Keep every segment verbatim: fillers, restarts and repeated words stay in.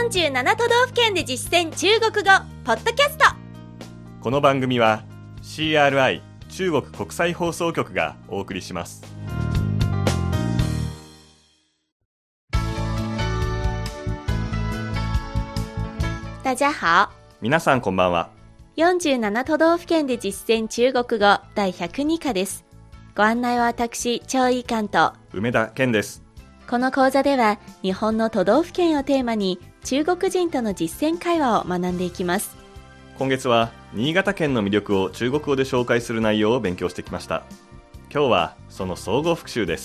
よんじゅうなな都道府県で実践中国語ポッドキャスト。 この番組は シーアールアイ 中国国際放送局がお送りします。 大家好。 皆さんこんばんは。 よんじゅうなな都道府県で実践中国語第ひゃくに課です。ご案内は私、張井監と梅田健です。 この講座では日本の都道府県をテーマに中国人との実践会話を学んでいきます。 今月は新潟県の魅力を中国語で紹介する内容を勉強してきました。今日はその総合復習です。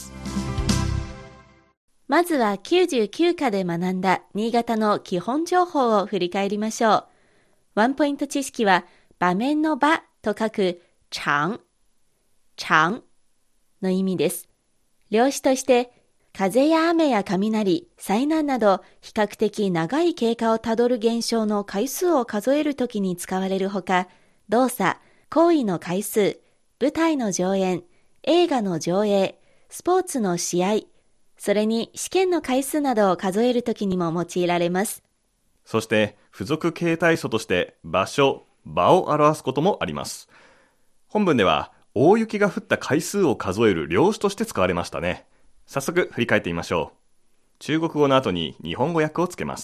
まずはきゅうじゅうきゅう課で学んだ新潟の基本情報を振り返りましょう。ワンポイント知識は場面の場と書く長、長の意味です。量詞として風や雨や雷、災難など比較的長い経過をたどる現象の回数を数えるときに使われるほか、動作、行為の回数、舞台の上演、映画の上映、スポーツの試合、それに試験の回数などを数えるときにも用いられます。 そして付属形態素として場所、場を表すこともあります。本文では大雪が降った回数を数える量詞として使われましたね。早速振り返ってみましょう。中国語の後に日本語訳をつけます。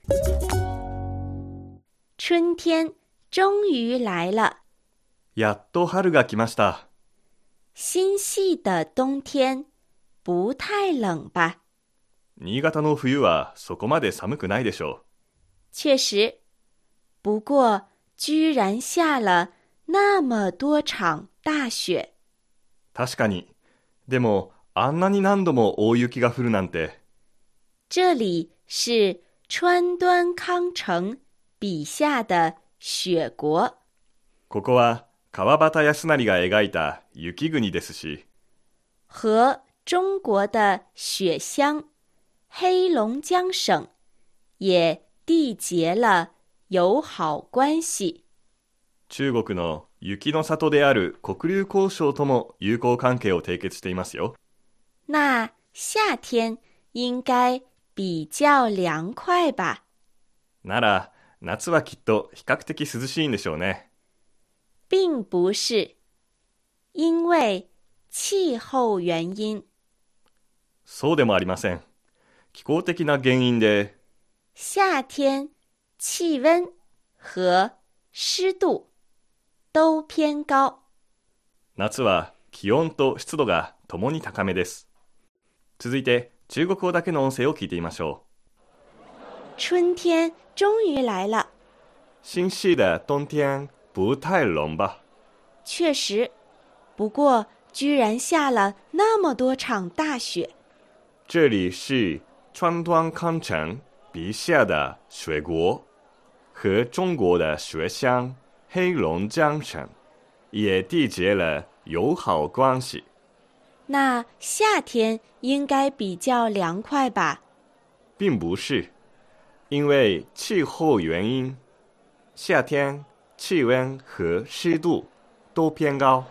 春天終於來了。 やっと春が来ました。 新系的冬天不太冷吧。 新潟の冬はそこまで寒くないでしょう。 確實。不過居然下了那麼多場大雪。 確かに。でもあんなに何度も大雪が降るなんて。 這裡是川端康成筆下的雪國。 ここは川端康成が描いた雪国ですし、 和中國的雪鄉黑龍江省也締結了友好關係。 中國の雪の里である黒竜江省とも友好関係を締結していますよ。 那夏天應該比較涼快吧。 なら夏はきっと比較的涼しいんでしょうね。 並不是，因為氣候原因。 そうでもありません。気候的な原因で、 夏天氣溫和濕度都偏高。 夏は気温と湿度がともに高めです。続いて中国語だけの音声を聞いてみましょう。春天終於來了。 新系的冬天不太冷吧。 確實，不過居然下了那麼多場大雪。 這裡是川端康成筆下的雪國，和中國的雪鄉黑龍江省也締結了友好關係。 那夏天應該比較涼快吧？ 並不是，因為氣候原因，夏天氣溫和濕度都偏高。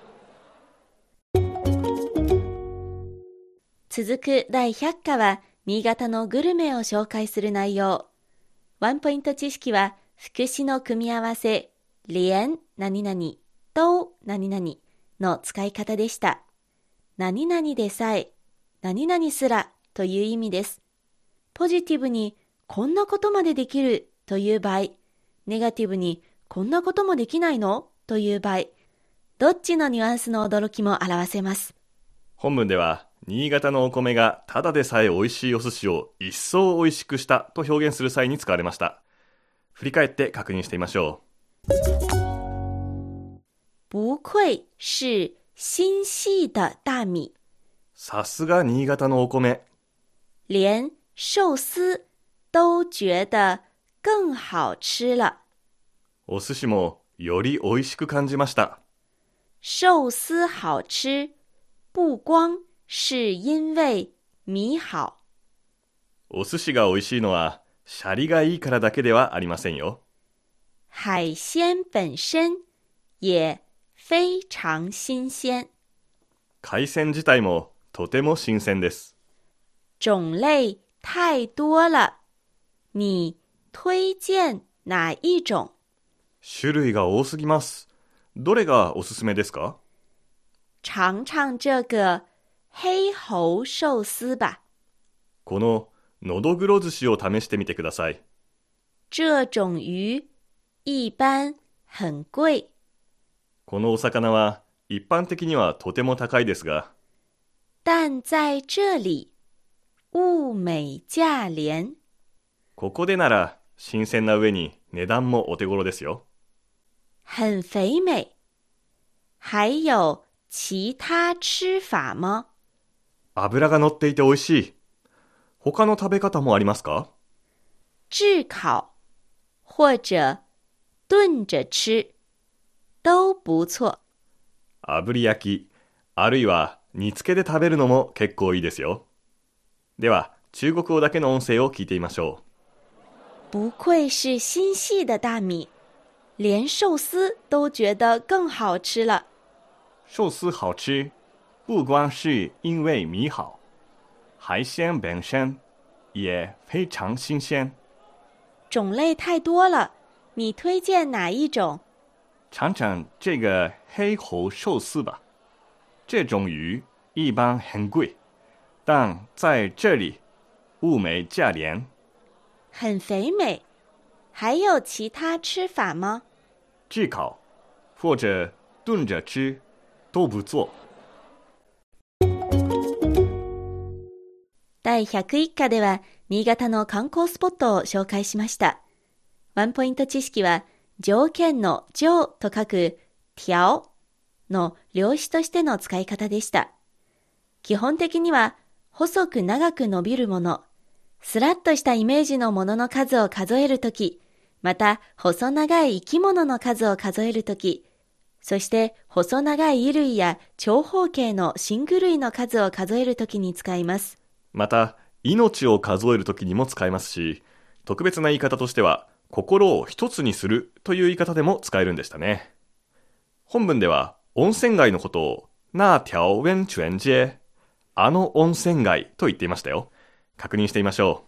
続く第ひゃっ課は新潟のグルメを紹介する内容。ワンポイント知識は副詞の組み合わせ連何々と何々の使い方でした。何々でさえ、何々すらという意味です。ポジティブにこんなことまでできるという場合、ネガティブにこんなこともできないのという場合、どっちのニュアンスの驚きも表せます。 本文では新潟のお米がただでさえ美味しいお寿司を一層美味しくしたと表現する際に使われました。振り返って確認してみましょう。不愧是新系的大米。 さすが新潟のお米。 連壽司都覺得更好吃了。 お寿司もより美味しく感じました。 壽司好吃，不光是因為米好。 お寿司が美味しいのはシャリがいいからだけではありませんよ。 海鮮本身也非常新鮮。 海鮮自体もとても新鮮です。 種類太多了。 你推荐哪一种？ 種類が多すぎます。どれがおすすめですか？ 尝尝这个黑猴寿司吧。 こののどぐろ寿司を試してみてください。 这种鱼一般很贵。 このお魚は一般的にはとても高いですが、 但在这里物美价廉。 ここでなら新鮮な上に値段もお手頃ですよ。 很肥美。还有其他吃法吗？ 脂が乗っていて美味しい。他の食べ方もありますか？ 炙烤或者炖着吃都不错。 炙り焼き、あるいは煮付けで食べるのも結構いいですよ。では、中国語だけの音声を聞いてみましょう。不愧是心细的大米，连寿司都觉得更好吃了。 寿司好吃，不光是因为米好，海鲜本身也非常新鲜。 种类太多了，你推荐哪一种？ 尝尝这个黑猴寿司吧。这种鱼一般很贵，但在这里物美价廉。 很肥美。还有其他吃法吗？ 炙烤或者炖着吃都不错。 だいひゃくいっかでは新潟の観光スポットを紹介しました。ワンポイント知識は条件の条と書く条の量詞としての使い方でした。基本的には細く長く伸びるもの、スラッとしたイメージのものの数を数えるとき、また細長い生き物の数を数えるとき、そして細長い衣類や長方形のシング類の数を数えるときに使います。 また、命を数えるときにも使えますし、特別な言い方としては、心を一つにするという言い方でも使えるんでしたね。本文では、温泉街のことを、那条温泉街、あの温泉街と言っていましたよ。確認してみましょ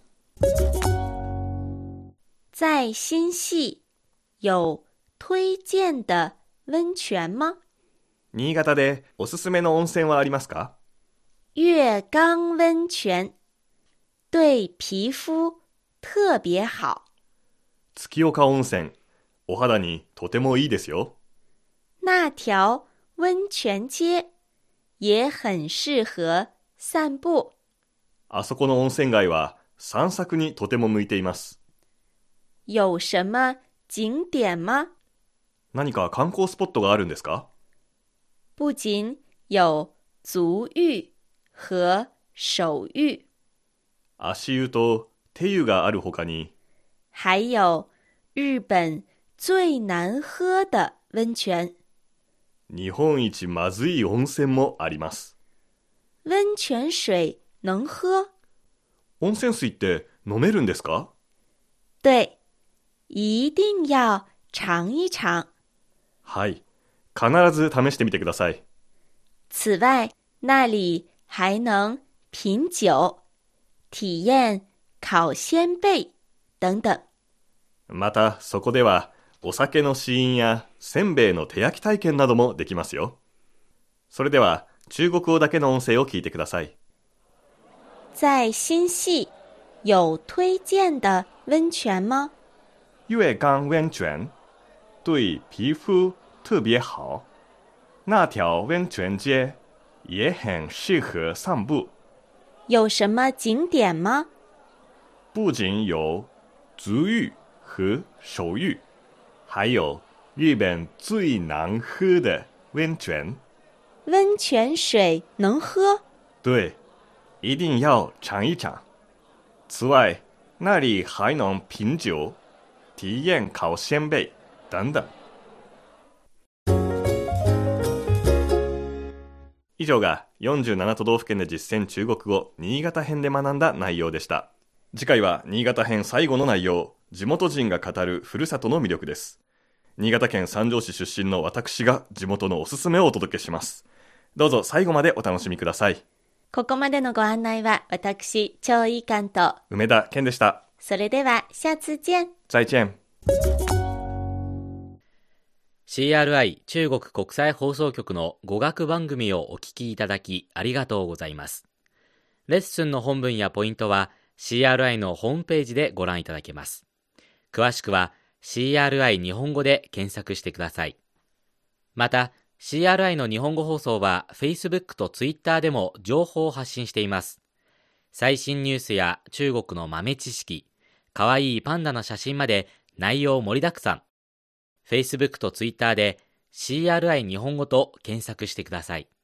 う。在新系有推薦的温泉嗎？ 新潟でおすすめの温泉はありますか？ 月冈温泉对皮膚特別好。 月岡温泉、お肌にとてもいいですよ。 那条温泉街也很適合散步。 あそこの温泉街は散策にとても向いています。 有什麼景點嗎？ 何か観光スポットがあるんですか？ 不僅有足浴和手浴。 足湯と手湯があるほかに、 還有日本最難喝的溫泉。 日本一まずい温泉もあります。 溫泉水能喝？ 温泉水って飲めるんですか？ 對、一定要嘗一嘗。 はい、必ず試してみてください。 此外、那裡還能品酒、體驗烤鮮貝等等。 また、そこではお酒の試飲やせんべいの手焼き体験などもできますよ。それでは、中国語だけの音声を聞いてください。 在新系有推薦的溫泉嗎？ 月岡溫泉對皮膚特別好。那條溫泉街也很適合散步。 有什麼景點嗎？ 不僅有足浴和手浴，還有日本最難喝的溫泉。 溫泉水能喝？ 對，一定要嘗一嘗。此外，那裡還能品酒、體驗烤鮮貝等等。以上がよんじゅうなな都道府県で実践中国語新潟編で学んだ内容でした。次回は新潟編最後の内容、地元人が語るふるさとの魅力です。新潟県三条市出身の私が地元のおすすめをお届けします。どうぞ最後までお楽しみください。 ここまでのご案内は私、張一貫と梅田健でした。 それでは下次見。 再见。 シーアールアイ 中国国際放送局の語学番組をお聞きいただきありがとうございます。レッスンの本文やポイントは シーアールアイ のホームページでご覧いただけます。詳しくは シーアールアイ 日本語で検索してください。また シーアールアイ の日本語放送は Facebook と Twitter でも情報を発信しています。最新ニュースや中国の豆知識、かわいいパンダの写真まで内容盛りだくさん。Facebook と Twitter で シーアールアイ 日本語と検索してください。